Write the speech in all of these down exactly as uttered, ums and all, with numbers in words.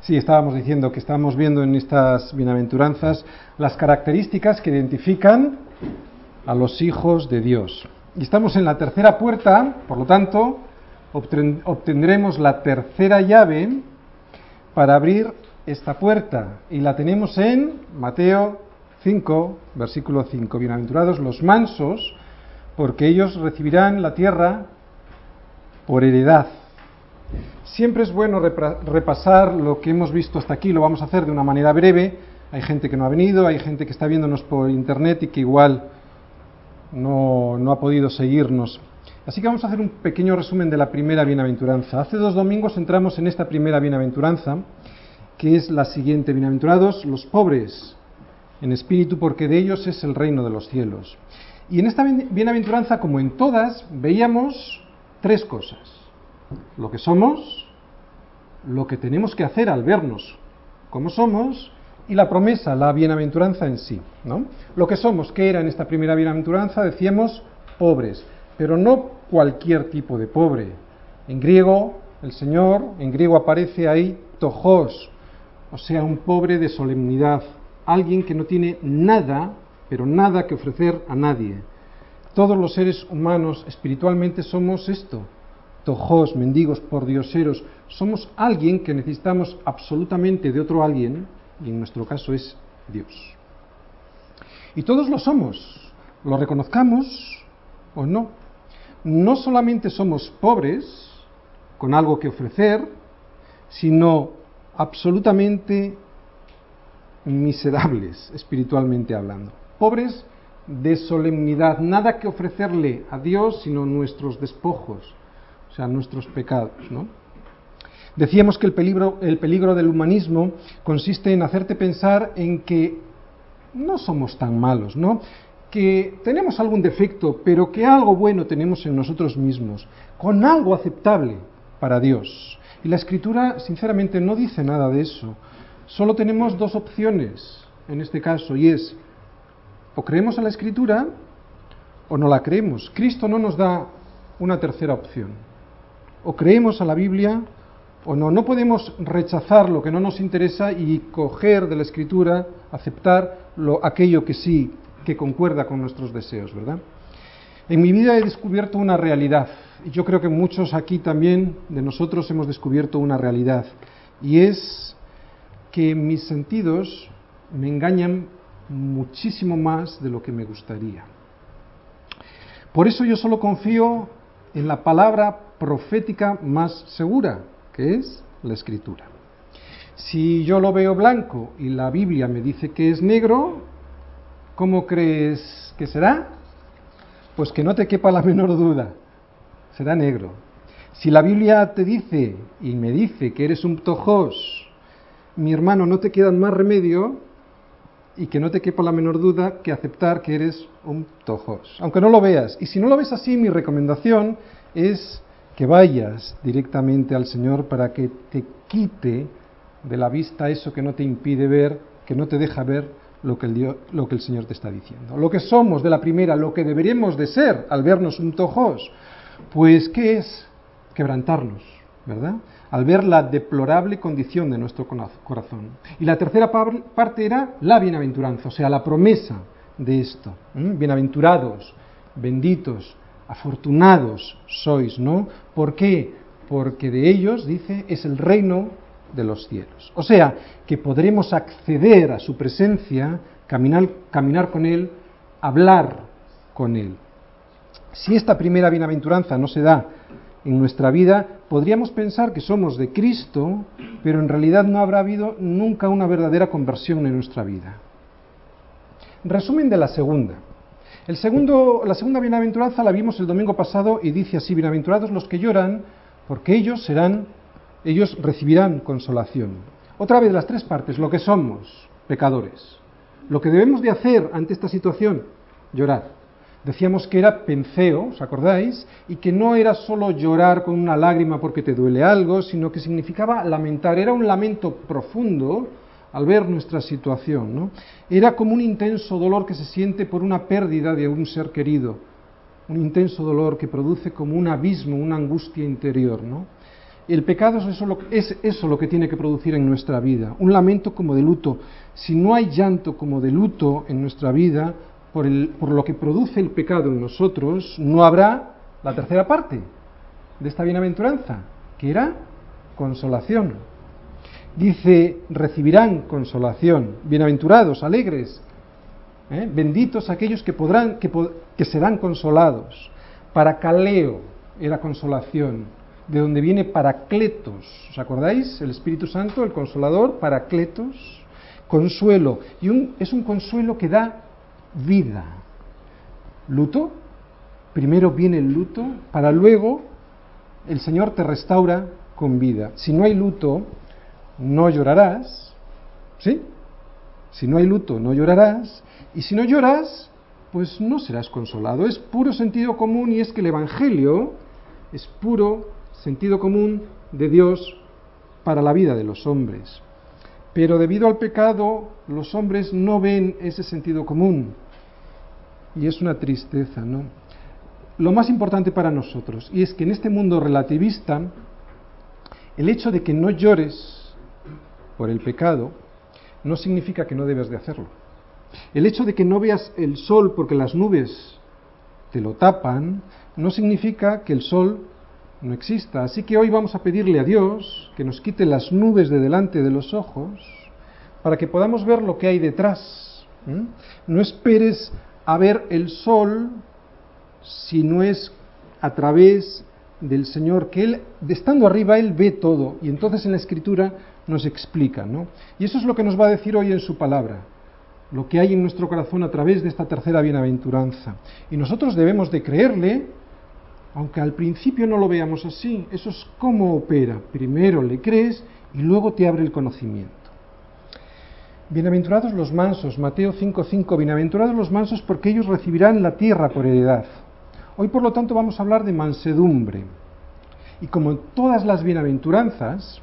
Sí, estábamos diciendo que estamos viendo en estas bienaventuranzas las características que identifican a los hijos de Dios. Y estamos en la tercera puerta, por lo tanto, obtendremos la tercera llave para abrir esta puerta. Y la tenemos en Mateo cinco, versículo cinco. Bienaventurados los mansos, porque ellos recibirán la tierra por heredad. Siempre es bueno repasar lo que hemos visto hasta aquí, lo vamos a hacer de una manera breve. Hay gente que no ha venido, hay gente que está viéndonos por internet y que igual no, no ha podido seguirnos. Así que vamos a hacer un pequeño resumen de la primera bienaventuranza. Hace dos domingos entramos en esta primera bienaventuranza, que es la siguiente: bienaventurados los pobres en espíritu, porque de ellos es el reino de los cielos. Y en esta bienaventuranza, como en todas, veíamos tres cosas: lo que somos, lo que tenemos que hacer al vernos como somos, y la promesa, la bienaventuranza en sí, ¿no? Lo que somos, ¿qué era en esta primera bienaventuranza? Decíamos pobres, pero no cualquier tipo de pobre. En griego, el Señor, en griego aparece ahí tojos, o sea, un pobre de solemnidad, alguien que no tiene nada, pero nada que ofrecer a nadie. Todos los seres humanos espiritualmente somos esto: tojos, mendigos, pordioseros. Somos alguien que necesitamos absolutamente de otro alguien, y en nuestro caso es Dios. Y todos lo somos, lo reconozcamos o no. No solamente somos pobres, con algo que ofrecer, sino absolutamente miserables, espiritualmente hablando. Pobres de solemnidad, nada que ofrecerle a Dios, sino nuestros despojos, o sea, nuestros pecados, ¿no? Decíamos que el peligro, el peligro del humanismo consiste en hacerte pensar en que no somos tan malos, ¿no? Que tenemos algún defecto, pero que algo bueno tenemos en nosotros mismos, con algo aceptable para Dios. Y la Escritura, sinceramente, no dice nada de eso. Solo tenemos dos opciones en este caso, y es: o creemos a la Escritura o no la creemos. Cristo no nos da una tercera opción. O creemos a la Biblia o no. No podemos rechazar lo que no nos interesa y coger de la Escritura, aceptar lo, aquello que sí, que concuerda con nuestros deseos, ¿verdad? En mi vida he descubierto una realidad, y yo creo que muchos aquí también de nosotros hemos descubierto una realidad, y es que mis sentidos me engañan muchísimo más de lo que me gustaría. Por eso yo solo confío en la palabra profética más segura, que es la Escritura. Si yo lo veo blanco y la Biblia me dice que es negro, ¿cómo crees que será? Pues que no te quepa la menor duda, será negro. Si la Biblia te dice y me dice que eres un tojos, mi hermano, no te queda más remedio y que no te quepa la menor duda que aceptar que eres un tojos, aunque no lo veas. Y si no lo ves así, mi recomendación es que vayas directamente al Señor para que te quite de la vista eso que no te impide ver, que no te deja ver lo que el Dios, lo que el Señor te está diciendo. Lo que somos de la primera, lo que deberíamos de ser al vernos un tojos, pues ¿qué es? Quebrantarnos, ¿verdad? Al ver la deplorable condición de nuestro corazón. Y la tercera parte era la bienaventuranza, o sea, la promesa de esto. ¿Mm? Bienaventurados, benditos, afortunados sois, ¿no? ¿Por qué? Porque de ellos, dice, es el reino de los cielos. O sea, que podremos acceder a su presencia, caminar, caminar con Él, hablar con Él. Si esta primera bienaventuranza no se da en nuestra vida, podríamos pensar que somos de Cristo, pero en realidad no habrá habido nunca una verdadera conversión en nuestra vida. Resumen de la segunda. El segundo, la segunda bienaventuranza la vimos el domingo pasado y dice así: bienaventurados los que lloran, porque ellos serán, ellos recibirán consolación. Otra vez las tres partes: lo que somos, pecadores; lo que debemos de hacer ante esta situación, llorar. Decíamos que era penceo, ¿os acordáis? Y que no era solo llorar con una lágrima porque te duele algo, sino que significaba lamentar. Era un lamento profundo al ver nuestra situación, ¿no? Era como un intenso dolor que se siente por una pérdida de un ser querido, un intenso dolor que produce como un abismo, una angustia interior, ¿no? El pecado es eso, lo, es eso lo que tiene que producir en nuestra vida, un lamento como de luto. Si no hay llanto como de luto en nuestra vida, por, el, por lo que produce el pecado en nosotros, no habrá la tercera parte de esta bienaventuranza, que era consolación. Dice, recibirán consolación, bienaventurados, alegres, ¿eh? benditos aquellos que, podrán, que, que serán consolados. Paracaleo era consolación, de donde viene Paracletos, ¿os acordáis? El Espíritu Santo, el Consolador, Paracletos, consuelo, y un, es un consuelo que da vida. Luto, primero viene el luto, para luego el Señor te restaura con vida. Si no hay luto, no llorarás, ¿sí? Si no hay luto, no llorarás, y si no lloras, pues no serás consolado. Es puro sentido común, y es que el Evangelio es puro sentido común de Dios para la vida de los hombres. Pero debido al pecado, los hombres no ven ese sentido común. Y es una tristeza, ¿no? Lo más importante para nosotros, y es que en este mundo relativista, el hecho de que no llores por el pecado, no significa que no debes de hacerlo. El hecho de que no veas el sol porque las nubes te lo tapan, no significa que el sol no exista. Así que hoy vamos a pedirle a Dios que nos quite las nubes de delante de los ojos para que podamos ver lo que hay detrás. ¿Mm? No esperes a ver el sol si no es a través del Señor, que Él, estando arriba, Él ve todo, y entonces en la Escritura nos explica, ¿no? Y eso es lo que nos va a decir hoy en su palabra, lo que hay en nuestro corazón a través de esta tercera bienaventuranza. Y nosotros debemos de creerle, aunque al principio no lo veamos así. Eso es cómo opera. Primero le crees y luego te abre el conocimiento. Bienaventurados los mansos, Mateo cinco cinco, bienaventurados los mansos porque ellos recibirán la tierra por heredad. Hoy, por lo tanto, vamos a hablar de mansedumbre. Y como en todas las bienaventuranzas,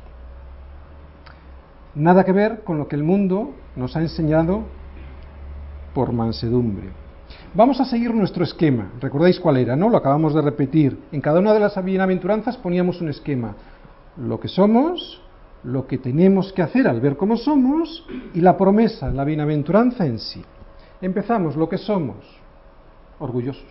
nada que ver con lo que el mundo nos ha enseñado por mansedumbre. Vamos a seguir nuestro esquema. ¿Recordáis cuál era, no? Lo acabamos de repetir. En cada una de las bienaventuranzas poníamos un esquema. Lo que somos, lo que tenemos que hacer al ver cómo somos, y la promesa, la bienaventuranza en sí. Empezamos, lo que somos, orgullosos.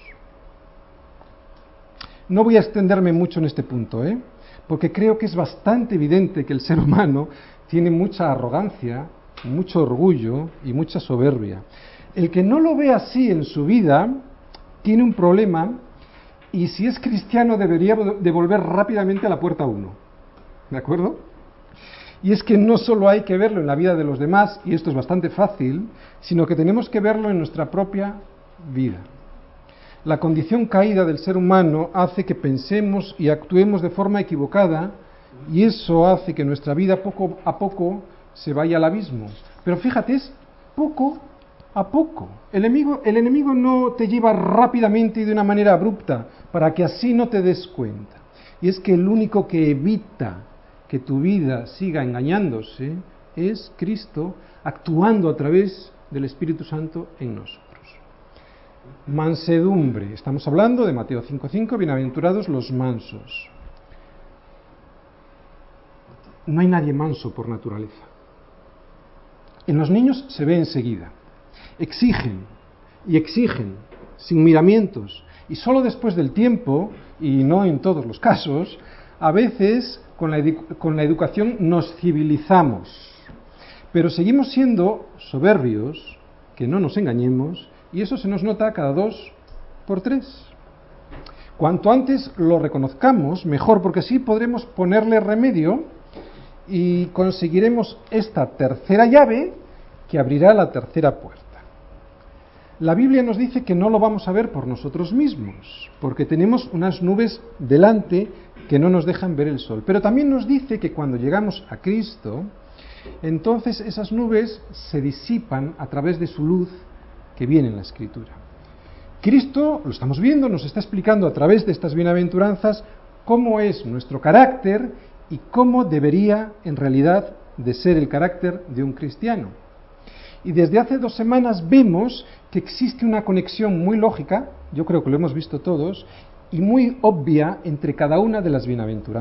No voy a extenderme mucho en este punto, ¿eh? Porque creo que es bastante evidente que el ser humano tiene mucha arrogancia, mucho orgullo y mucha soberbia. El que no lo ve así en su vida tiene un problema, y si es cristiano debería de volver rápidamente a la puerta uno. ¿De acuerdo? Y es que no solo hay que verlo en la vida de los demás, y esto es bastante fácil, sino que tenemos que verlo en nuestra propia vida. La condición caída del ser humano hace que pensemos y actuemos de forma equivocada, y eso hace que nuestra vida poco a poco se vaya al abismo. Pero fíjate, es poco a poco. El enemigo, el enemigo no te lleva rápidamente y de una manera abrupta, para que así no te des cuenta. Y es que el único que evita que tu vida siga engañándose es Cristo, actuando a través del Espíritu Santo en nosotros. Mansedumbre. Estamos hablando de Mateo cinco cinco, bienaventurados los mansos. No hay nadie manso por naturaleza. En los niños se ve enseguida. Exigen y exigen sin miramientos, y solo después del tiempo, y no en todos los casos, a veces con la, edu- con la educación nos civilizamos, pero seguimos siendo soberbios, que no nos engañemos, y eso se nos nota cada dos por tres. Cuanto antes lo reconozcamos, mejor, porque así podremos ponerle remedio y conseguiremos esta tercera llave que abrirá la tercera puerta. La Biblia nos dice que no lo vamos a ver por nosotros mismos, porque tenemos unas nubes delante que no nos dejan ver el sol. Pero también nos dice que cuando llegamos a Cristo, entonces esas nubes se disipan a través de su luz que viene en la Escritura. Cristo, lo estamos viendo, nos está explicando a través de estas bienaventuranzas cómo es nuestro carácter y cómo debería en realidad de ser el carácter de un cristiano. Y desde hace dos semanas vemos que existe una conexión muy lógica, yo creo que lo hemos visto todos, y muy obvia entre cada una de las bienaventuranzas.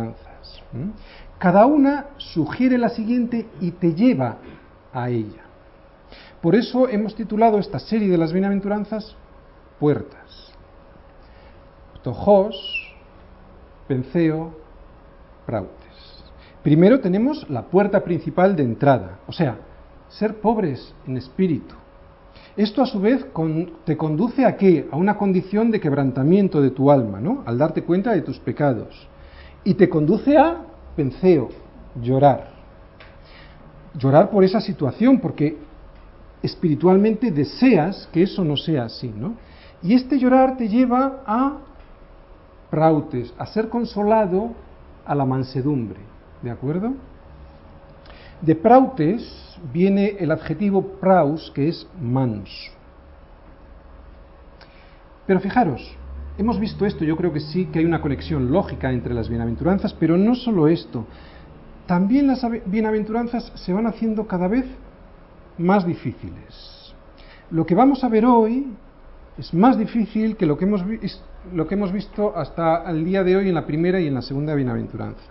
bienaventuranzas. ¿Mm? Cada una sugiere la siguiente y te lleva a ella. Por eso hemos titulado esta serie de las bienaventuranzas Puertas. Ptojos, Penceo, Prautes. Primero tenemos la puerta principal de entrada, o sea, ser pobres en espíritu. Esto a su vez con, te conduce a qué? A una condición de quebrantamiento de tu alma, ¿no? Al darte cuenta de tus pecados. Y te conduce a penceo, llorar. Llorar por esa situación, porque espiritualmente deseas que eso no sea así, ¿no? Y este llorar te lleva a prautes, a ser consolado, a la mansedumbre, ¿de acuerdo? De prautes viene el adjetivo praus, que es manso. Pero fijaros, hemos visto esto, yo creo que sí que hay una conexión lógica entre las bienaventuranzas, pero no solo esto. También las bienaventuranzas se van haciendo cada vez más difíciles. Lo que vamos a ver hoy es más difícil que lo que hemos, vi- lo que hemos visto hasta el día de hoy en la primera y en la segunda bienaventuranza.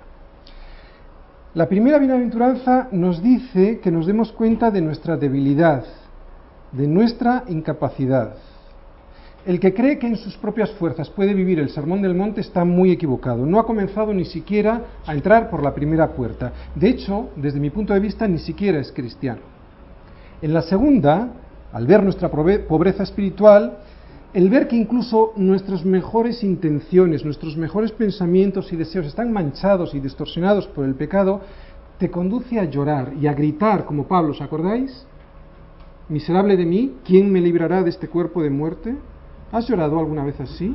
La primera bienaventuranza nos dice que nos demos cuenta de nuestra debilidad, de nuestra incapacidad. El que cree que en sus propias fuerzas puede vivir el Sermón del Monte está muy equivocado. No ha comenzado ni siquiera a entrar por la primera puerta. De hecho, desde mi punto de vista, ni siquiera es cristiano. En la segunda, al ver nuestra pobreza espiritual, el ver que incluso nuestras mejores intenciones, nuestros mejores pensamientos y deseos están manchados y distorsionados por el pecado, te conduce a llorar y a gritar como Pablo, ¿os acordáis? Miserable de mí, ¿quién me librará de este cuerpo de muerte? ¿Has llorado alguna vez así?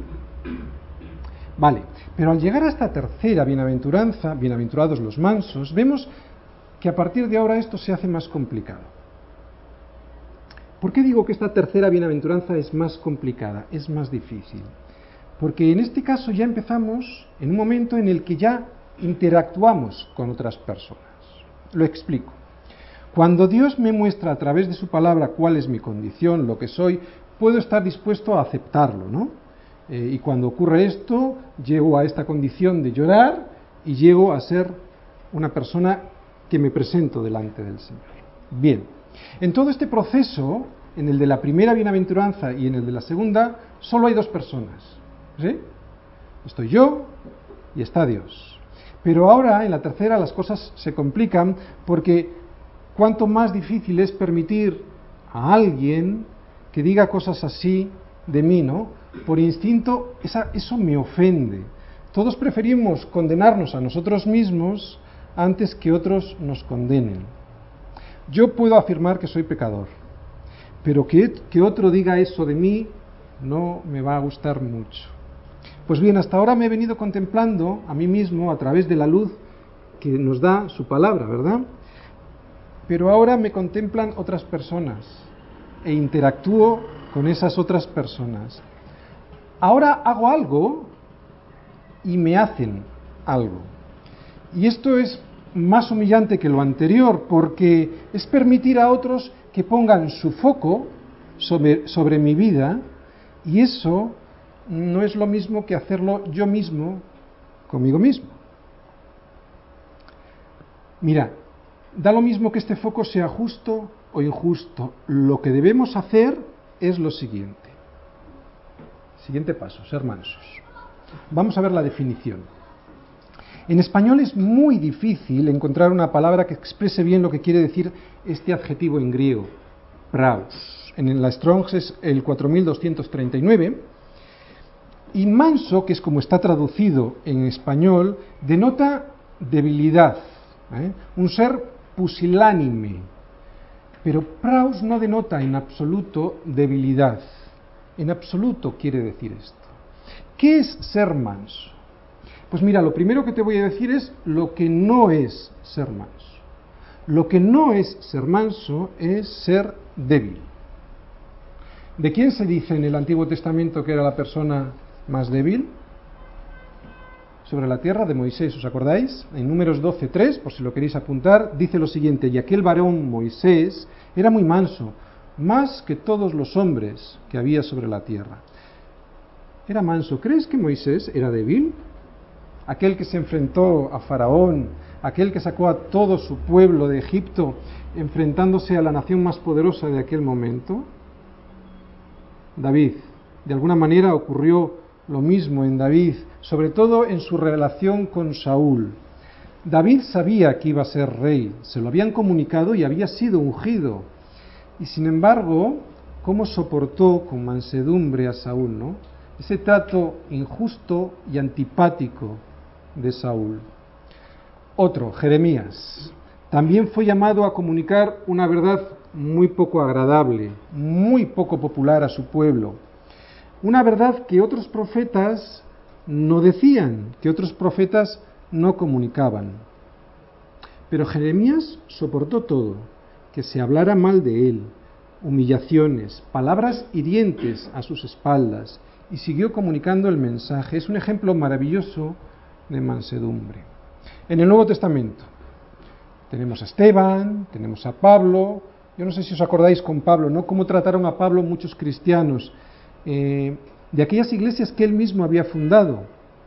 Vale, pero al llegar a esta tercera bienaventuranza, bienaventurados los mansos, vemos que a partir de ahora esto se hace más complicado. ¿Por qué digo que esta tercera bienaventuranza es más complicada, es más difícil? Porque en este caso ya empezamos en un momento en el que ya interactuamos con otras personas. Lo explico. Cuando Dios me muestra a través de su palabra cuál es mi condición, lo que soy, puedo estar dispuesto a aceptarlo, ¿no? Eh, y cuando ocurre esto, llego a esta condición de llorar y llego a ser una persona que me presento delante del Señor. Bien. En todo este proceso, en el de la primera bienaventuranza y en el de la segunda, solo hay dos personas. ¿Sí? Estoy yo y está Dios. Pero ahora, en la tercera, las cosas se complican porque cuanto más difícil es permitir a alguien que diga cosas así de mí, ¿no? Por instinto, esa, eso me ofende. Todos preferimos condenarnos a nosotros mismos antes que otros nos condenen. Yo puedo afirmar que soy pecador, pero que, que otro diga eso de mí no me va a gustar mucho. Pues bien, hasta ahora me he venido contemplando a mí mismo a través de la luz que nos da su palabra, ¿verdad? Pero ahora me contemplan otras personas e interactúo con esas otras personas. Ahora hago algo y me hacen algo. Y esto es más humillante que lo anterior, porque es permitir a otros que pongan su foco sobre, sobre mi vida, y eso no es lo mismo que hacerlo yo mismo conmigo mismo. Mira, da lo mismo que este foco sea justo o injusto. Lo que debemos hacer es lo siguiente. Siguiente paso, ser mansos. Vamos a ver la definición. En español es muy difícil encontrar una palabra que exprese bien lo que quiere decir este adjetivo en griego, praus. En la Strong's es el cuatro mil doscientos treinta y nueve, y manso, que es como está traducido en español, denota debilidad, ¿eh? Un ser pusilánime, pero praus no denota en absoluto debilidad, en absoluto quiere decir esto. ¿Qué es ser manso? Pues mira, lo primero que te voy a decir es lo que no es ser manso. Lo que no es ser manso es ser débil. ¿De quién se dice en el Antiguo Testamento que era la persona más débil? Sobre la tierra, de Moisés, ¿os acordáis? En Números doce tres, por si lo queréis apuntar, dice lo siguiente: y aquel varón Moisés era muy manso, más que todos los hombres que había sobre la tierra. Era manso. ¿Crees que Moisés era débil? aquel que se enfrentó a Faraón, aquel que sacó a todo su pueblo de Egipto, enfrentándose a la nación más poderosa de aquel momento? David. De alguna manera ocurrió lo mismo en David, sobre todo en su relación con Saúl. David sabía que iba a ser rey, se lo habían comunicado y había sido ungido. Y sin embargo, ¿cómo soportó con mansedumbre a Saúl, no? Ese trato injusto y antipático de Saúl. Otro, Jeremías. También fue llamado a comunicar una verdad muy poco agradable, muy poco popular a su pueblo. Una verdad que otros profetas no decían, que otros profetas no comunicaban. Pero Jeremías soportó todo, que se hablara mal de él, humillaciones, palabras hirientes a sus espaldas, y siguió comunicando el mensaje. Es un ejemplo maravilloso de mansedumbre. En el Nuevo Testamento tenemos a Esteban, tenemos a Pablo. Yo no sé si os acordáis con Pablo, ¿no? Cómo trataron a Pablo muchos cristianos eh, de aquellas iglesias que él mismo había fundado.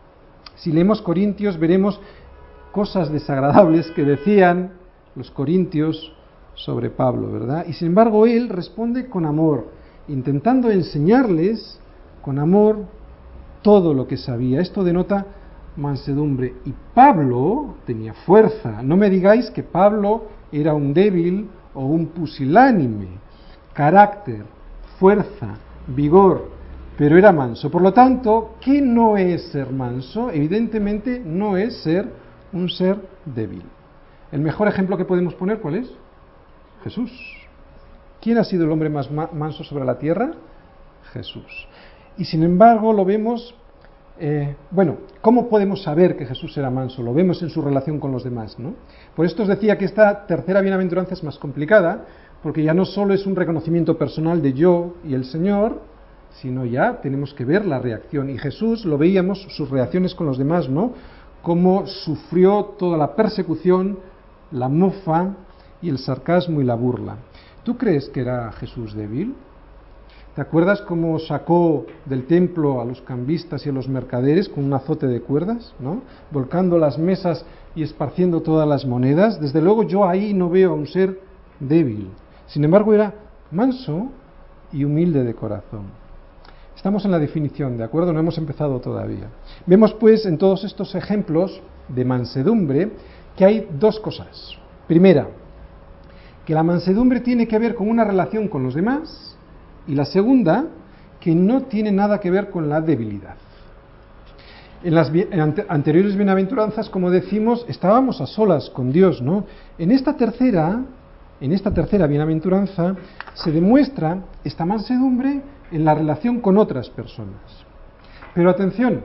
Si leemos Corintios veremos cosas desagradables que decían los corintios sobre Pablo, ¿verdad? Y sin embargo él responde con amor, intentando enseñarles con amor todo lo que sabía. Esto denota mansedumbre. Y Pablo tenía fuerza. No me digáis que Pablo era un débil o un pusilánime. Carácter, fuerza, vigor, pero era manso. Por lo tanto, ¿qué no es ser manso? Evidentemente no es ser un ser débil. El mejor ejemplo que podemos poner, ¿cuál es? Jesús. ¿Quién ha sido el hombre más manso sobre la tierra? Jesús. Y sin embargo lo vemos, eh, bueno, ¿cómo podemos saber que Jesús era manso? Lo vemos en su relación con los demás, ¿no? Por esto os decía que esta tercera bienaventuranza es más complicada, porque ya no solo es un reconocimiento personal de yo y el Señor, sino ya tenemos que ver la reacción. Y Jesús, lo veíamos, sus reacciones con los demás, ¿no? Cómo sufrió toda la persecución, la mofa y el sarcasmo y la burla. ¿Tú crees que era Jesús débil? ¿Te acuerdas cómo sacó del templo a los cambistas y a los mercaderes con un azote de cuerdas, ¿no? Volcando las mesas y esparciendo todas las monedas? Desde luego yo ahí no veo a un ser débil. Sin embargo era manso y humilde de corazón. Estamos en la definición, ¿de acuerdo? No hemos empezado todavía. Vemos pues en todos estos ejemplos de mansedumbre que hay dos cosas. Primera, que la mansedumbre tiene que ver con una relación con los demás, y la segunda, que no tiene nada que ver con la debilidad. En las anteriores bienaventuranzas, como decimos, estábamos a solas con Dios, ¿no? En esta tercera, en esta tercera bienaventuranza se demuestra esta mansedumbre en la relación con otras personas. Pero atención,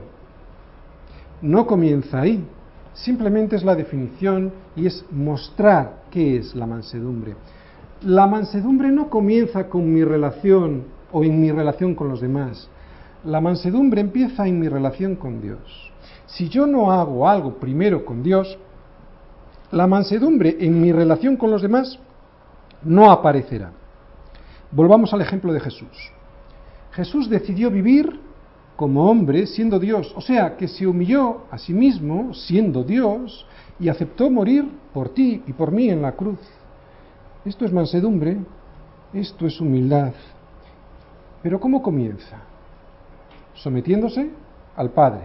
no comienza ahí. Simplemente es la definición y es mostrar qué es la mansedumbre. La mansedumbre no comienza con mi relación o en mi relación con los demás. La mansedumbre empieza en mi relación con Dios. Si yo no hago algo primero con Dios, la mansedumbre en mi relación con los demás no aparecerá. Volvamos al ejemplo de Jesús. Jesús decidió vivir como hombre siendo Dios, o sea, que se humilló a sí mismo siendo Dios y aceptó morir por ti y por mí en la cruz. Esto es mansedumbre, esto es humildad. Pero ¿cómo comienza? Sometiéndose al Padre.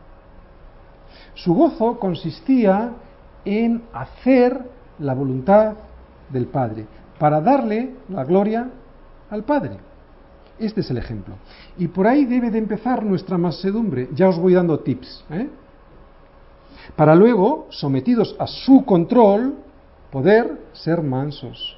Su gozo consistía en hacer la voluntad del Padre, para darle la gloria al Padre. Este es el ejemplo. Y por ahí debe de empezar nuestra mansedumbre. Ya os voy dando tips, ¿eh? Para luego, sometidos a su control, poder ser mansos.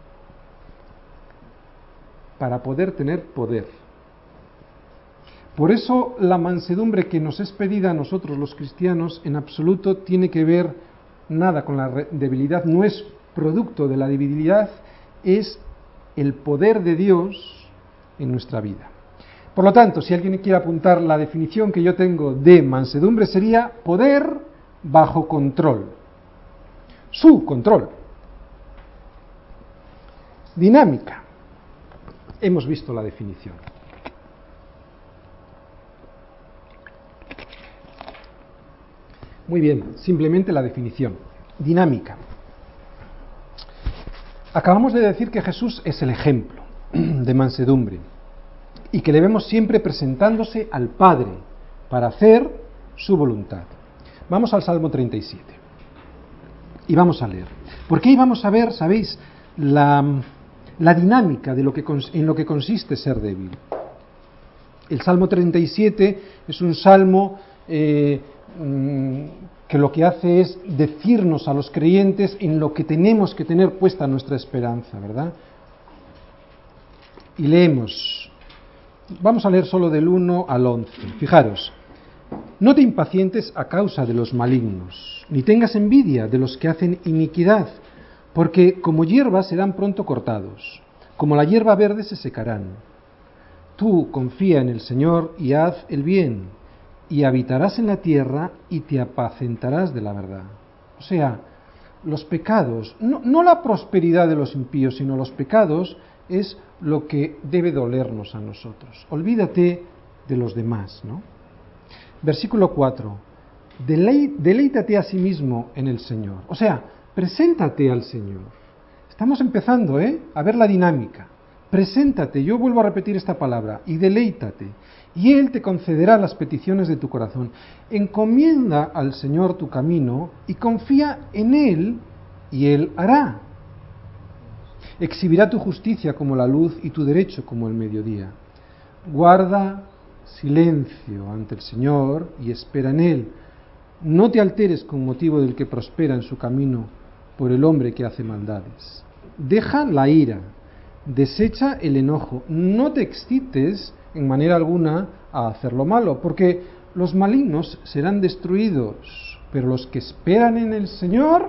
Para poder tener poder. Por eso la mansedumbre que nos es pedida a nosotros los cristianos en absoluto tiene que ver nada con la debilidad, no es producto de la debilidad, es el poder de Dios en nuestra vida. Por lo tanto, si alguien quiere apuntar la definición que yo tengo de mansedumbre sería poder bajo control. Su control. Dinámica. Hemos visto la definición. Muy bien, simplemente la definición. Dinámica. Acabamos de decir que Jesús es el ejemplo de mansedumbre y que le vemos siempre presentándose al Padre para hacer su voluntad. Vamos al Salmo treinta y siete y vamos a leer. Porque ahí vamos a ver, ¿sabéis?, la, la dinámica de lo que, en lo que consiste ser débil. El Salmo treinta y siete es un salmo eh, que lo que hace es decirnos a los creyentes en lo que tenemos que tener puesta nuestra esperanza, ¿verdad? Y leemos, vamos a leer solo del uno al once. Fijaros, no te impacientes a causa de los malignos, ni tengas envidia de los que hacen iniquidad, porque como hierba serán pronto cortados, como la hierba verde se secarán. Tú confía en el Señor y haz el bien, y habitarás en la tierra y te apacentarás de la verdad. O sea, los pecados, no, no la prosperidad de los impíos, sino los pecados es lo que debe dolernos a nosotros. Olvídate de los demás, ¿no? Versículo cuatro. Delei, deleítate a sí mismo en el Señor. O sea, preséntate al Señor. Estamos empezando, ¿eh?, a ver la dinámica. Preséntate, yo vuelvo a repetir esta palabra, y deleítate, y Él te concederá las peticiones de tu corazón. Encomienda al Señor tu camino y confía en Él, y Él hará. Exhibirá tu justicia como la luz y tu derecho como el mediodía. Guarda silencio ante el Señor y espera en Él. No te alteres con motivo del que prospera en su camino por el hombre que hace maldades. Deja la ira. Desecha el enojo, no te excites en manera alguna a hacer lo malo, porque los malignos serán destruidos, pero los que esperan en el Señor,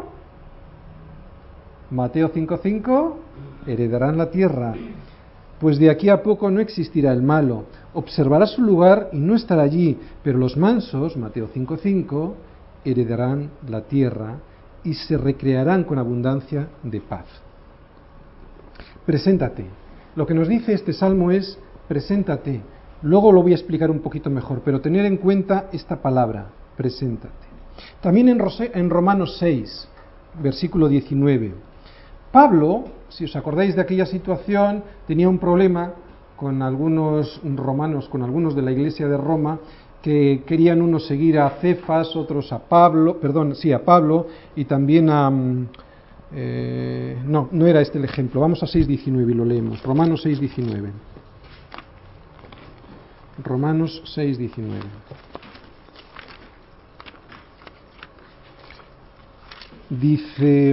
Mateo cinco cinco, heredarán la tierra, pues de aquí a poco no existirá el malo, observará su lugar y no estará allí, pero los mansos, Mateo cinco cinco, heredarán la tierra y se recrearán con abundancia de paz. Preséntate. Lo que nos dice este salmo es, preséntate. Luego lo voy a explicar un poquito mejor, pero tener en cuenta esta palabra, preséntate. También en, Rosé, en Romanos seis, versículo diecinueve. Pablo, si os acordáis de aquella situación, tenía un problema con algunos romanos, con algunos de la iglesia de Roma, que querían unos seguir a Cefas, otros a Pablo, perdón, sí, a Pablo, y también a... Eh, no, no era este el ejemplo. Vamos a seis diecinueve y lo leemos. Romanos seis diecinueve. Romanos seis diecinueve. Dice...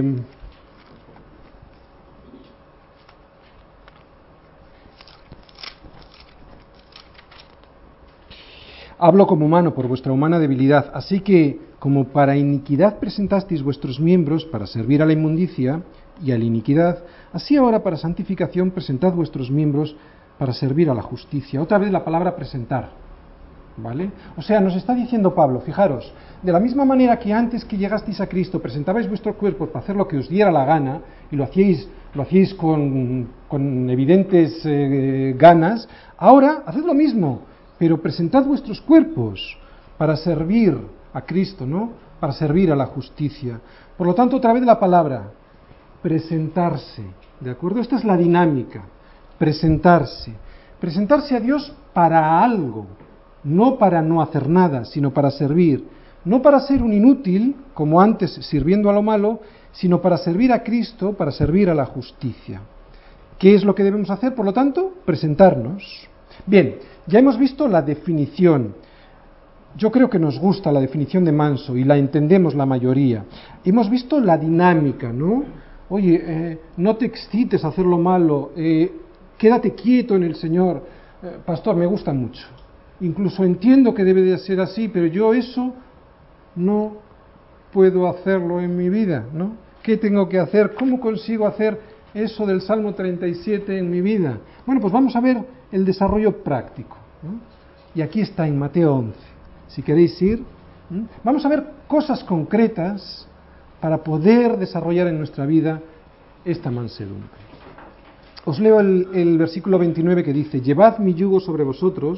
Hablo como humano por vuestra humana debilidad, así que, como para iniquidad presentasteis vuestros miembros para servir a la inmundicia y a la iniquidad, así ahora para santificación presentad vuestros miembros para servir a la justicia. Otra vez la palabra presentar, ¿vale? O sea, nos está diciendo Pablo, fijaros, de la misma manera que antes que llegasteis a Cristo presentabais vuestro cuerpo para hacer lo que os diera la gana, y lo hacíais, lo hacíais con, con evidentes eh, ganas, ahora haced lo mismo, pero presentad vuestros cuerpos para servir a Cristo, ¿no? Para servir a la justicia. Por lo tanto, otra vez la palabra, presentarse, ¿de acuerdo? Esta es la dinámica, presentarse. Presentarse a Dios para algo, no para no hacer nada, sino para servir. No para ser un inútil, como antes sirviendo a lo malo, sino para servir a Cristo, para servir a la justicia. ¿Qué es lo que debemos hacer, por lo tanto? Presentarnos. Bien, ya hemos visto la definición. Yo creo que nos gusta la definición de manso y la entendemos la mayoría. Hemos visto la dinámica, ¿no? Oye, eh, no te excites a hacer lo malo, eh, quédate quieto en el Señor. Eh, pastor, me gusta mucho. Incluso entiendo que debe de ser así, pero yo eso no puedo hacerlo en mi vida, ¿no? ¿Qué tengo que hacer? ¿Cómo consigo hacer eso del Salmo treinta y siete en mi vida? Bueno, pues vamos a ver el desarrollo práctico, ¿no? Y aquí está en Mateo once. Si queréis ir, ¿no? Vamos a ver cosas concretas para poder desarrollar en nuestra vida esta mansedumbre. Os leo el, el versículo veintinueve que dice: Llevad mi yugo sobre vosotros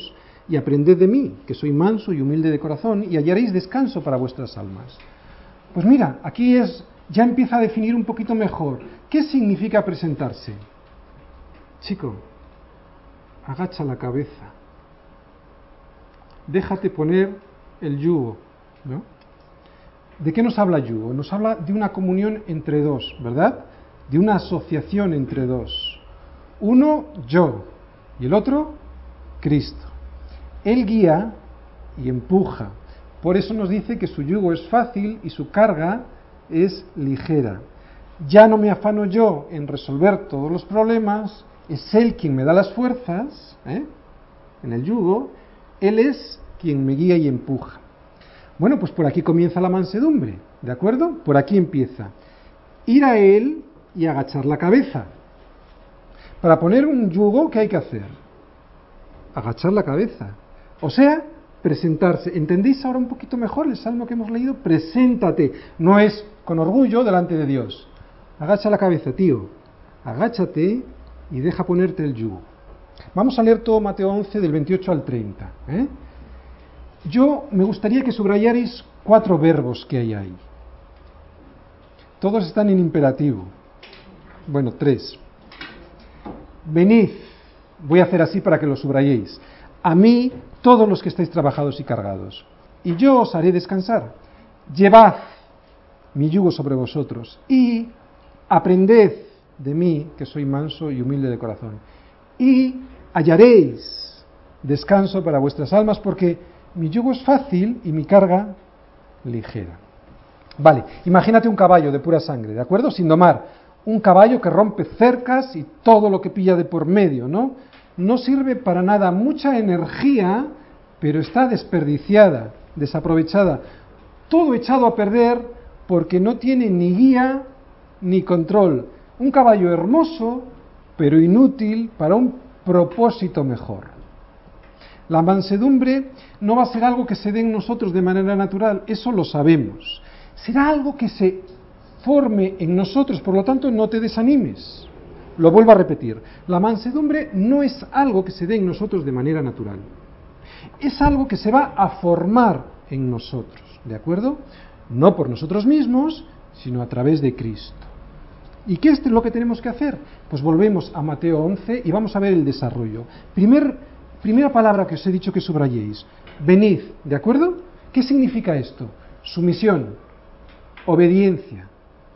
y aprended de mí, que soy manso y humilde de corazón, y hallaréis descanso para vuestras almas. Pues mira, aquí es, ya empieza a definir un poquito mejor. ¿Qué significa presentarse? Chico, agacha la cabeza. Déjate poner el yugo, ¿no? ¿De qué nos habla yugo? Nos habla de una comunión entre dos, ¿verdad? De una asociación entre dos. Uno, yo, y el otro, Cristo. Él guía y empuja. Por eso nos dice que su yugo es fácil y su carga es ligera. Ya no me afano yo en resolver todos los problemas, es Él quien me da las fuerzas, ¿eh? En el yugo, Él es quien me guía y empuja. Bueno, pues por aquí comienza la mansedumbre, ¿de acuerdo? Por aquí empieza. Ir a Él y agachar la cabeza. Para poner un yugo, ¿qué hay que hacer? Agachar la cabeza. O sea, presentarse. ¿Entendéis ahora un poquito mejor el salmo que hemos leído? Preséntate. No es con orgullo delante de Dios. Agacha la cabeza, tío. Agáchate y deja ponerte el yugo. Vamos a leer todo Mateo once del veintiocho al treinta. ¿eh? Yo me gustaría que subrayarais cuatro verbos que hay ahí. Todos están en imperativo. Bueno, tres. Venid. Voy a hacer así para que lo subrayéis. A mí, todos los que estáis trabajados y cargados, y yo os haré descansar. Llevad mi yugo sobre vosotros y aprended de mí, que soy manso y humilde de corazón, y hallaréis descanso para vuestras almas, porque mi yugo es fácil y mi carga ligera. Vale, imagínate un caballo de pura sangre, ¿de acuerdo? Sin domar, un caballo que rompe cercas y todo lo que pilla de por medio, ¿no? No sirve para nada, mucha energía, pero está desperdiciada, desaprovechada, todo echado a perder porque no tiene ni guía ni control. Un caballo hermoso, pero inútil para un propósito mejor. La mansedumbre no va a ser algo que se dé en nosotros de manera natural, eso lo sabemos. Será algo que se forme en nosotros, por lo tanto no te desanimes. Lo vuelvo a repetir, la mansedumbre no es algo que se dé en nosotros de manera natural. Es algo que se va a formar en nosotros, ¿de acuerdo? No por nosotros mismos, sino a través de Cristo. ¿Y qué es lo que tenemos que hacer? Pues volvemos a Mateo once y vamos a ver el desarrollo. Primer, primera palabra que os he dicho que subrayéis, venid, ¿de acuerdo? ¿Qué significa esto? Sumisión, obediencia.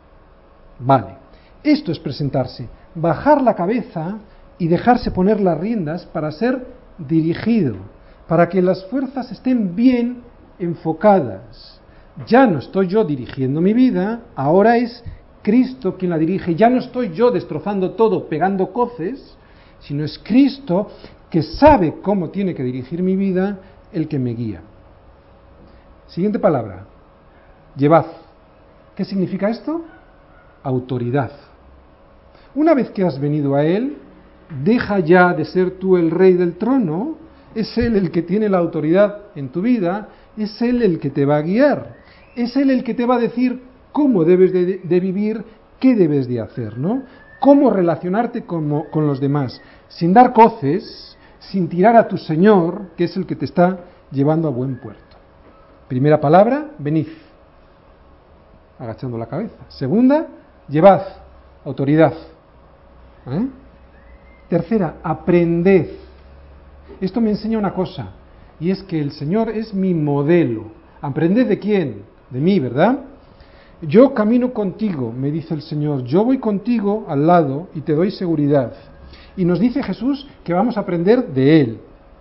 Vale, esto es presentarse, bajar la cabeza y dejarse poner las riendas para ser dirigido, para que las fuerzas estén bien enfocadas. Ya no estoy yo dirigiendo mi vida, ahora es Cristo quien la dirige. Ya no estoy yo destrozando todo, pegando coces, sino es Cristo que sabe cómo tiene que dirigir mi vida, el que me guía. Siguiente palabra, llevad. ¿Qué significa esto? Autoridad. Una vez que has venido a Él, deja ya de ser tú el rey del trono, es Él el que tiene la autoridad en tu vida, es Él el que te va a guiar, es Él el que te va a decir cómo debes de, de vivir, qué debes de hacer, ¿no? Cómo relacionarte con, con los demás, sin dar coces, sin tirar a tu Señor, que es el que te está llevando a buen puerto. Primera palabra, venid, agachando la cabeza. Segunda, llevad, autoridad. ¿Eh? Tercera, aprended. Esto me enseña una cosa, y es que el Señor es mi modelo. ¿Aprended de quién? De mí, ¿verdad? Yo camino contigo, me dice el Señor, yo voy contigo al lado y te doy seguridad. Y nos dice Jesús que vamos a aprender de Él.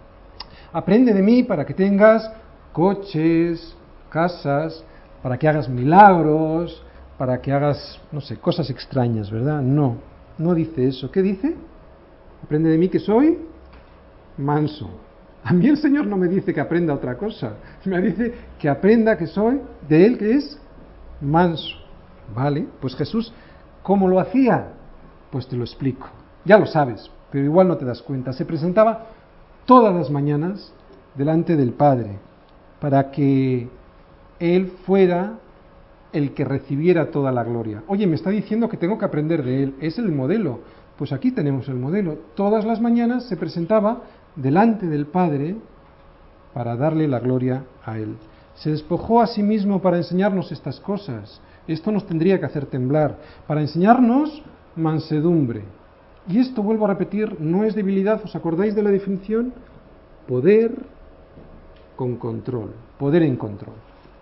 Aprende de mí para que tengas coches, casas, para que hagas milagros, para que hagas, no sé, cosas extrañas, ¿verdad? No, no dice eso. ¿Qué dice? Aprende de mí que soy manso. A mí el Señor no me dice que aprenda otra cosa, me dice que aprenda que soy de Él que es manso. Vale, pues Jesús, ¿cómo lo hacía? Pues te lo explico. Ya lo sabes, pero igual no te das cuenta. Se presentaba todas las mañanas delante del Padre para que Él fuera el que recibiera toda la gloria. Oye, me está diciendo que tengo que aprender de Él, es el modelo. Pues aquí tenemos el modelo. Todas las mañanas se presentaba delante del Padre para darle la gloria a Él. Se despojó a sí mismo para enseñarnos estas cosas. Esto nos tendría que hacer temblar, para enseñarnos mansedumbre. Y esto, vuelvo a repetir, no es debilidad. ¿Os acordáis de la definición? Poder con control, poder en control.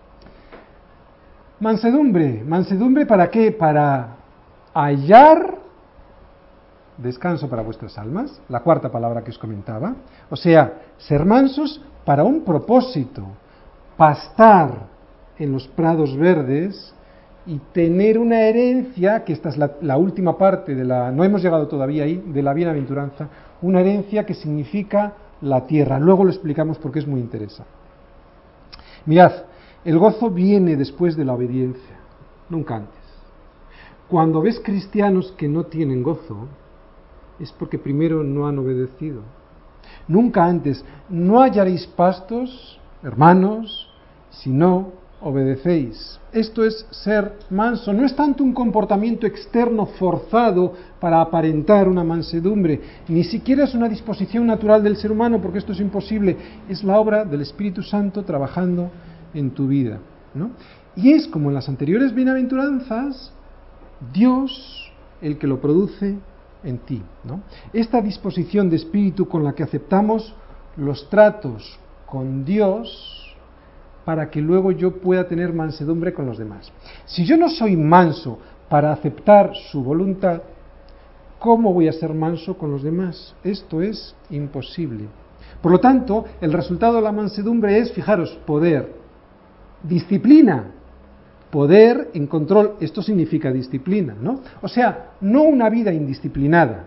Mansedumbre, mansedumbre ¿para qué? Para hallar descanso para vuestras almas, la cuarta palabra que os comentaba. O sea, ser mansos para un propósito, pastar en los prados verdes y tener una herencia, que esta es la, la última parte de la, no hemos llegado todavía ahí, de la bienaventuranza, una herencia que significa la tierra. Luego lo explicamos porque es muy interesante. Mirad, el gozo viene después de la obediencia, nunca antes. Cuando ves cristianos que no tienen gozo, es porque primero no han obedecido. Nunca antes. No hallaréis pastos, hermanos, si no obedecéis. Esto es ser manso. No es tanto un comportamiento externo forzado para aparentar una mansedumbre, ni siquiera es una disposición natural del ser humano, porque esto es imposible. Es la obra del Espíritu Santo trabajando en tu vida, ¿no? Y es como en las anteriores bienaventuranzas, Dios el que lo produce en ti, ¿no? Esta disposición de espíritu con la que aceptamos los tratos con Dios para que luego yo pueda tener mansedumbre con los demás. Si yo no soy manso para aceptar su voluntad, ¿cómo voy a ser manso con los demás? Esto es imposible. Por lo tanto, el resultado de la mansedumbre es, fijaros, poder, disciplina, poder en control. Esto significa disciplina, ¿no? O sea, no una vida indisciplinada.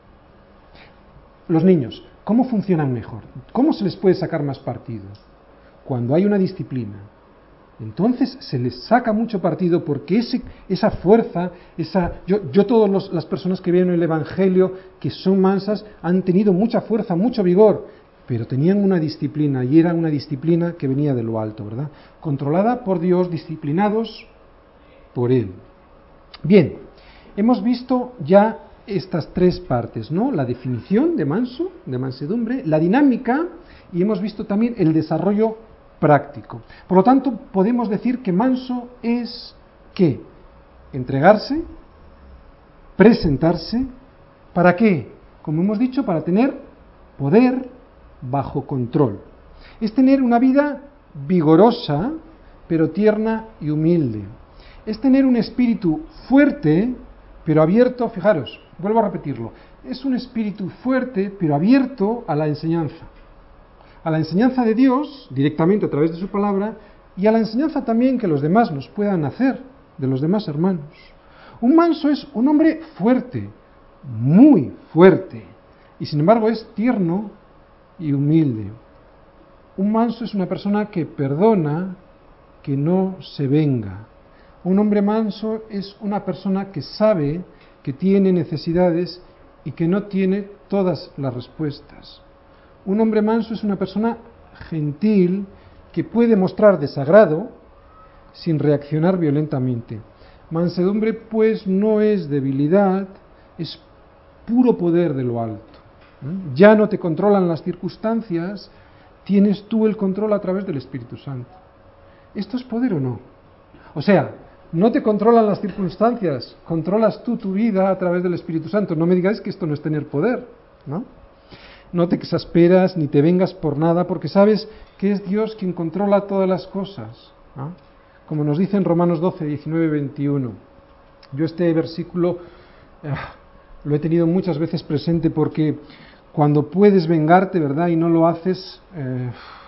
Los niños, ¿cómo funcionan mejor? ¿Cómo se les puede sacar más partido? Cuando hay una disciplina. Entonces se les saca mucho partido porque ese, esa fuerza, esa, yo, yo todas las personas que veo en el Evangelio que son mansas han tenido mucha fuerza, mucho vigor, pero tenían una disciplina y era una disciplina que venía de lo alto, ¿verdad? Controlada por Dios, disciplinados por Él. Bien, hemos visto ya estas tres partes, ¿no? La definición de manso, de mansedumbre, la dinámica y hemos visto también el desarrollo práctico. Por lo tanto, podemos decir que manso es ¿qué? Entregarse, presentarse, ¿para qué? Como hemos dicho, para tener poder bajo control. Es tener una vida vigorosa, pero tierna y humilde. Es tener un espíritu fuerte, pero abierto, fijaros, vuelvo a repetirlo, es un espíritu fuerte, pero abierto a la enseñanza. A la enseñanza de Dios, directamente a través de su palabra, y a la enseñanza también que los demás nos puedan hacer, de los demás hermanos. Un manso es un hombre fuerte, muy fuerte, y sin embargo es tierno y humilde. Un manso es una persona que perdona, que no se venga. Un hombre manso es una persona que sabe que tiene necesidades y que no tiene todas las respuestas. Un hombre manso es una persona gentil que puede mostrar desagrado sin reaccionar violentamente. Mansedumbre, pues, no es debilidad, es puro poder de lo alto. Ya no te controlan las circunstancias, tienes tú el control a través del Espíritu Santo. ¿Esto es poder o no? O sea, no te controlan las circunstancias, controlas tú tu vida a través del Espíritu Santo. No me digáis que esto no es tener poder, ¿no? No te exasperas ni te vengas por nada, porque sabes que es Dios quien controla todas las cosas, ¿no? Como nos dice en Romanos doce, diecinueve, veintiuno. Yo este versículo eh, lo he tenido muchas veces presente porque cuando puedes vengarte, ¿verdad? Y no lo haces, eh,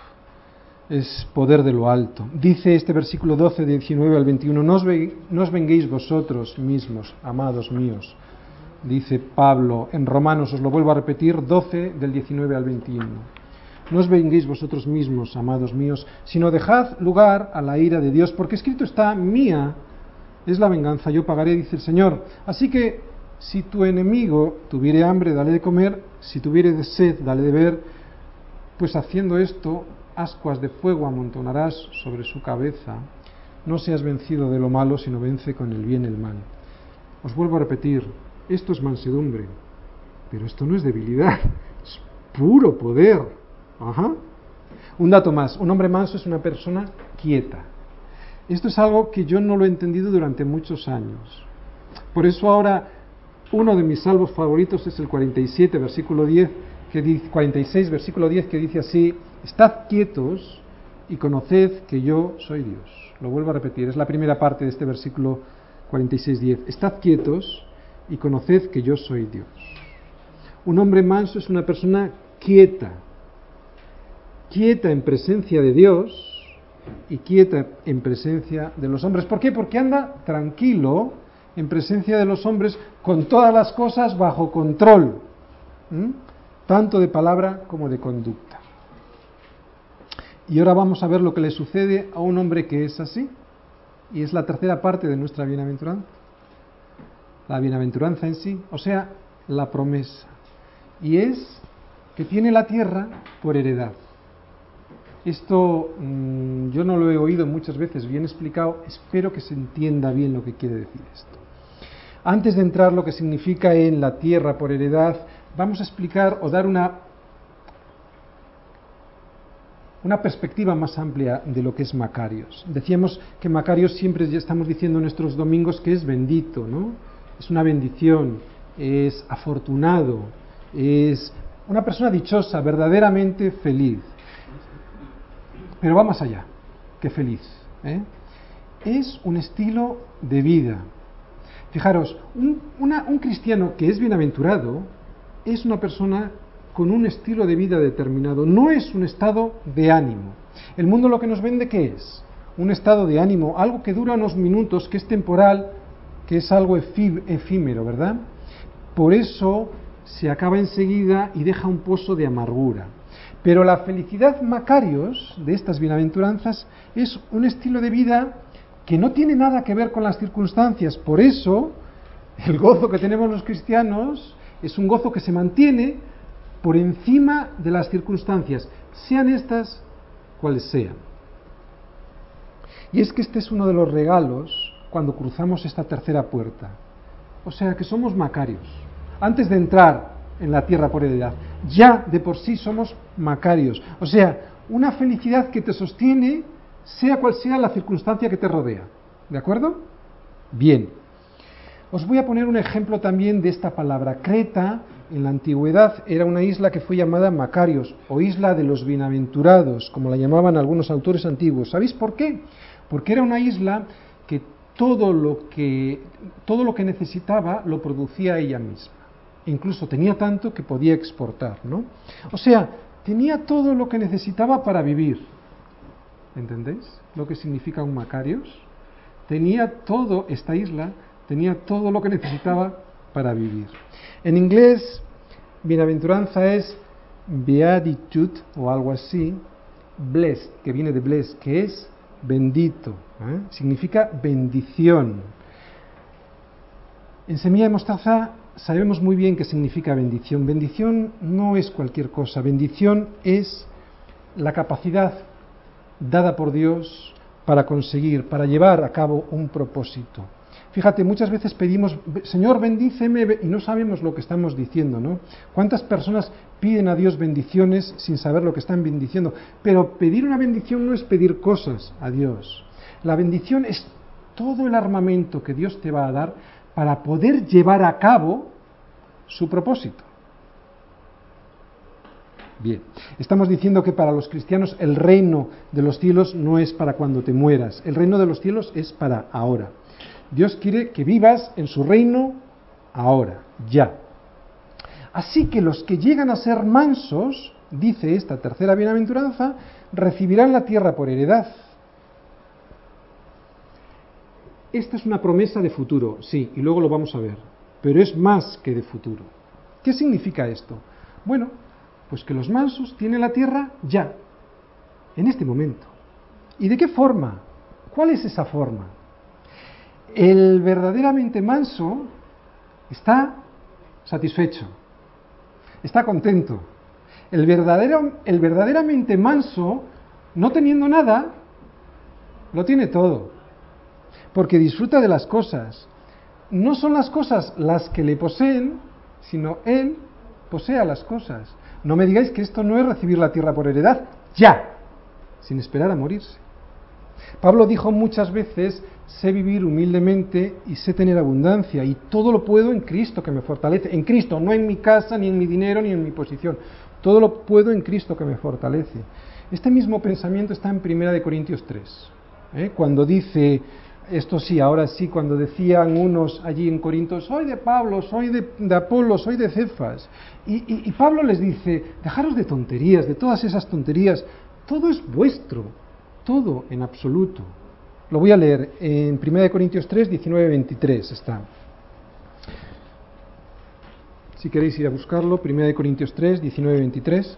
es poder de lo alto. Dice este versículo doce, diecinueve al veintiuno, no os, ve, no os venguéis vosotros mismos, amados míos. Dice Pablo en Romanos, os lo vuelvo a repetir, doce del diecinueve al veintiuno. No os venguéis vosotros mismos, amados míos, sino dejad lugar a la ira de Dios, porque escrito está, mía es la venganza, yo pagaré, dice el Señor. Así que, si tu enemigo tuviere hambre, dale de comer, si tuviere sed, dale de beber, pues haciendo esto, ascuas de fuego amontonarás sobre su cabeza. No seas vencido de lo malo, sino vence con el bien el mal. Os vuelvo a repetir, esto es mansedumbre, pero esto no es debilidad, es puro poder. Ajá. Un dato más, un hombre manso es una persona quieta. Esto es algo que yo no lo he entendido durante muchos años. Por eso ahora uno de mis salmos favoritos es el cuarenta y siete, versículo diez, que dice, cuarenta y seis, versículo diez, que dice así: estad quietos y conoced que yo soy Dios. Lo vuelvo a repetir, es la primera parte de este versículo cuarenta y seis, diez. Estad quietos y conoced que yo soy Dios. Un hombre manso es una persona quieta, quieta en presencia de Dios y quieta en presencia de los hombres. ¿Por qué? Porque anda tranquilo en presencia de los hombres, con todas las cosas bajo control, ¿Mm? tanto de palabra como de conducta. Y ahora vamos a ver lo que le sucede a un hombre que es así, y es la tercera parte de nuestra bienaventuranza. La bienaventuranza en sí, o sea, la promesa, y es que tiene la tierra por heredad. Esto mmm, yo no lo he oído muchas veces bien explicado, espero que se entienda bien lo que quiere decir esto. Antes de entrar lo que significa en la tierra por heredad, vamos a explicar o dar una, una perspectiva más amplia de lo que es Macarios. Decíamos que Macarios siempre ya estamos diciendo en nuestros domingos que es bendito, ¿no? Es una bendición, es afortunado, es una persona dichosa, verdaderamente feliz. Pero va más allá que feliz, ¿eh? Es un estilo de vida. Fijaros, un, una, un cristiano que es bienaventurado es una persona con un estilo de vida determinado, no es un estado de ánimo. El mundo lo que nos vende, ¿qué es? Un estado de ánimo, algo que dura unos minutos, que es temporal, que es algo efímero, ¿verdad? Por eso se acaba enseguida y deja un pozo de amargura. Pero la felicidad Macarios de estas bienaventuranzas es un estilo de vida que no tiene nada que ver con las circunstancias. Por eso, el gozo que tenemos los cristianos es un gozo que se mantiene por encima de las circunstancias, sean estas cuales sean. Y es que este es uno de los regalos cuando cruzamos esta tercera puerta. O sea, que somos Macarios. Antes de entrar en la tierra por heredad, ya de por sí somos Macarios. O sea, una felicidad que te sostiene, sea cual sea la circunstancia que te rodea. ¿De acuerdo? Bien. Os voy a poner un ejemplo también de esta palabra. Creta, en la antigüedad, era una isla que fue llamada Macarios, o isla de los bienaventurados, como la llamaban algunos autores antiguos. ¿Sabéis por qué? Porque era una isla que todo lo que, todo lo que necesitaba lo producía ella misma. Incluso tenía tanto que podía exportar, ¿no? O sea, tenía todo lo que necesitaba para vivir. ¿Entendéis lo que significa un Macarios? Tenía todo, esta isla, tenía todo lo que necesitaba para vivir. En inglés, bienaventuranza es beatitude o algo así, blessed, que viene de blessed, que es bendito, ¿eh? Significa bendición. En Semilla de Mostaza sabemos muy bien qué significa bendición. Bendición no es cualquier cosa, bendición es la capacidad dada por Dios para conseguir, para llevar a cabo un propósito. Fíjate, muchas veces pedimos, Señor, bendíceme, y no sabemos lo que estamos diciendo, ¿no? ¿Cuántas personas piden a Dios bendiciones sin saber lo que están bendiciendo? Pero pedir una bendición no es pedir cosas a Dios. La bendición es todo el armamento que Dios te va a dar para poder llevar a cabo su propósito. Bien, estamos diciendo que para los cristianos el reino de los cielos no es para cuando te mueras, el reino de los cielos es para ahora. Dios quiere que vivas en su reino ahora, ya. Así que los que llegan a ser mansos, dice esta tercera bienaventuranza, recibirán la tierra por heredad. Esta es una promesa de futuro, sí, y luego lo vamos a ver, pero es más que de futuro. ¿Qué significa esto? Bueno, pues que los mansos tienen la tierra ya, en este momento. ¿Y de qué forma? ¿Cuál es esa forma? El verdaderamente manso está satisfecho, está contento. El, verdadero, el verdaderamente manso, no teniendo nada, lo tiene todo, porque disfruta de las cosas. No son las cosas las que le poseen, sino él posee las cosas. No me digáis que esto no es recibir la tierra por heredad, ya, sin esperar a morirse. Pablo dijo muchas veces, sé vivir humildemente y sé tener abundancia, y todo lo puedo en Cristo que me fortalece. En Cristo, no en mi casa, ni en mi dinero, ni en mi posición. Todo lo puedo en Cristo que me fortalece. Este mismo pensamiento está en primera de Corintios tres, ¿eh? Cuando dice, esto sí, ahora sí, cuando decían unos allí en Corinto, soy de Pablo, soy de, de Apolo, soy de Cefas. Y, y, y Pablo les dice, dejaros de tonterías, de todas esas tonterías, todo es vuestro, todo en absoluto. Lo voy a leer en primera de Corintios tres, diecinueve, veintitrés está. Si queréis ir a buscarlo, primera de Corintios tres, diecinueve, veintitrés.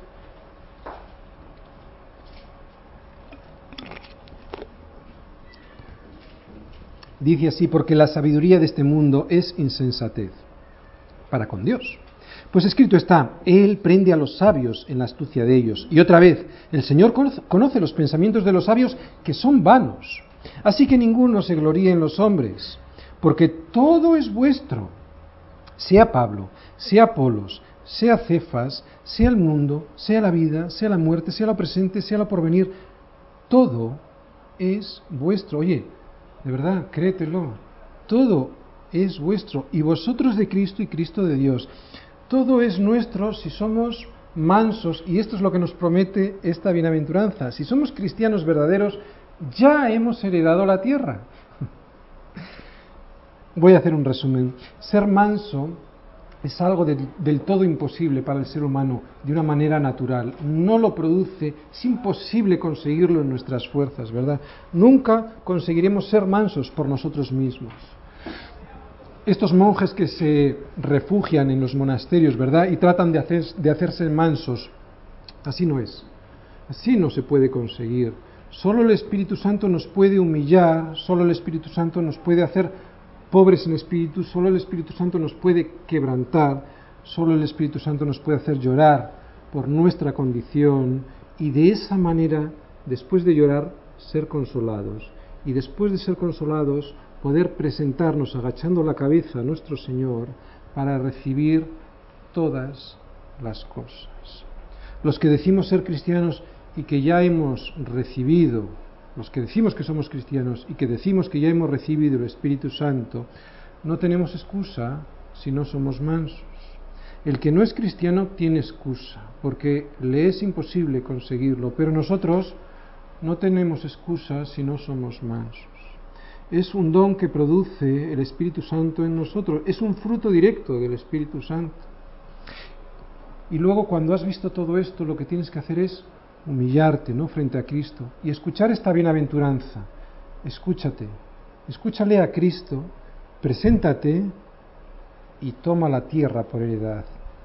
Dice así, porque la sabiduría de este mundo es insensatez para con Dios. Pues escrito está, Él prende a los sabios en la astucia de ellos. Y otra vez, el Señor conoce los pensamientos de los sabios que son vanos. Así que ninguno se gloríe en los hombres, porque todo es vuestro, sea Pablo, sea Apolos, sea Cefas, sea el mundo, sea la vida, sea la muerte, sea lo presente, sea lo porvenir, todo es vuestro. Oye, de verdad, créetelo, todo es vuestro, y vosotros de Cristo y Cristo de Dios. Todo es nuestro si somos mansos, y esto es lo que nos promete esta bienaventuranza. Si somos cristianos verdaderos, ya hemos heredado la tierra. Voy a hacer un resumen. Ser manso es algo del, del todo imposible para el ser humano de una manera natural. No lo produce, es imposible conseguirlo en nuestras fuerzas, ¿verdad? Nunca conseguiremos ser mansos por nosotros mismos. Estos monjes que se refugian en los monasterios, ¿verdad? Y tratan de, hacer, de hacerse mansos, así no es. Así no se puede conseguir. Solo el Espíritu Santo nos puede humillar, solo el Espíritu Santo nos puede hacer pobres en espíritu, solo el Espíritu Santo nos puede quebrantar, solo el Espíritu Santo nos puede hacer llorar por nuestra condición, y de esa manera, después de llorar, ser consolados. Y después de ser consolados, poder presentarnos agachando la cabeza a nuestro Señor para recibir todas las cosas. Los que decimos ser cristianos y que ya hemos recibido, los que decimos que somos cristianos y que decimos que ya hemos recibido el Espíritu Santo, no tenemos excusa si no somos mansos. El que no es cristiano tiene excusa, porque le es imposible conseguirlo, pero nosotros no tenemos excusa si no somos mansos. Es un don que produce el Espíritu Santo en nosotros, es un fruto directo del Espíritu Santo. Y luego, cuando has visto todo esto, lo que tienes que hacer es humillarte, ¿no?, frente a Cristo y escuchar esta bienaventuranza. Escúchate, escúchale a Cristo, preséntate y toma la tierra por heredad.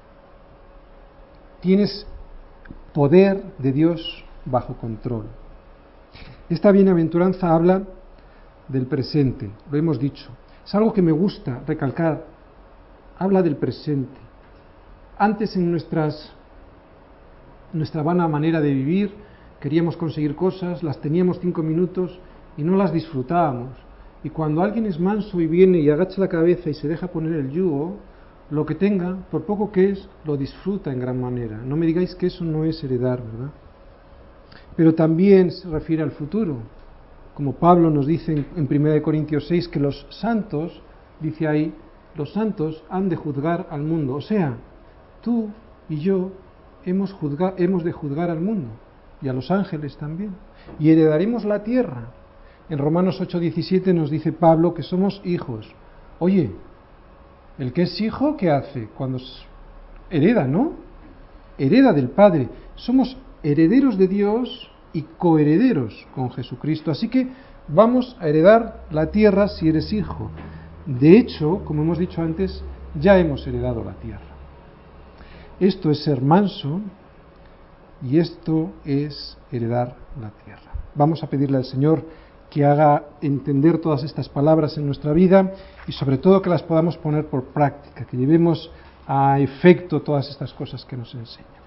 Tienes poder de Dios bajo control. Esta bienaventuranza habla del presente, lo hemos dicho. Es algo que me gusta recalcar. Habla del presente. Antes, en nuestras, nuestra vana manera de vivir, queríamos conseguir cosas, las teníamos cinco minutos y no las disfrutábamos. Y cuando alguien es manso y viene y agacha la cabeza y se deja poner el yugo, lo que tenga, por poco que es, lo disfruta en gran manera. No me digáis que eso no es heredar, ¿verdad? Pero también se refiere al futuro. Como Pablo nos dice en primera de Corintios seis, que los santos, dice ahí, los santos han de juzgar al mundo. O sea, tú y yo hemos, juzga, hemos de juzgar al mundo, y a los ángeles también, y heredaremos la tierra. En Romanos ocho diecisiete nos dice Pablo que somos hijos. Oye, el que es hijo, ¿qué hace? Cuando hereda, ¿no? Hereda del Padre. Somos herederos de Dios y coherederos con Jesucristo. Así que vamos a heredar la tierra si eres hijo. De hecho, como hemos dicho antes, ya hemos heredado la tierra. Esto es ser manso y esto es heredar la tierra. Vamos a pedirle al Señor que haga entender todas estas palabras en nuestra vida y sobre todo que las podamos poner por práctica, que llevemos a efecto todas estas cosas que nos enseña.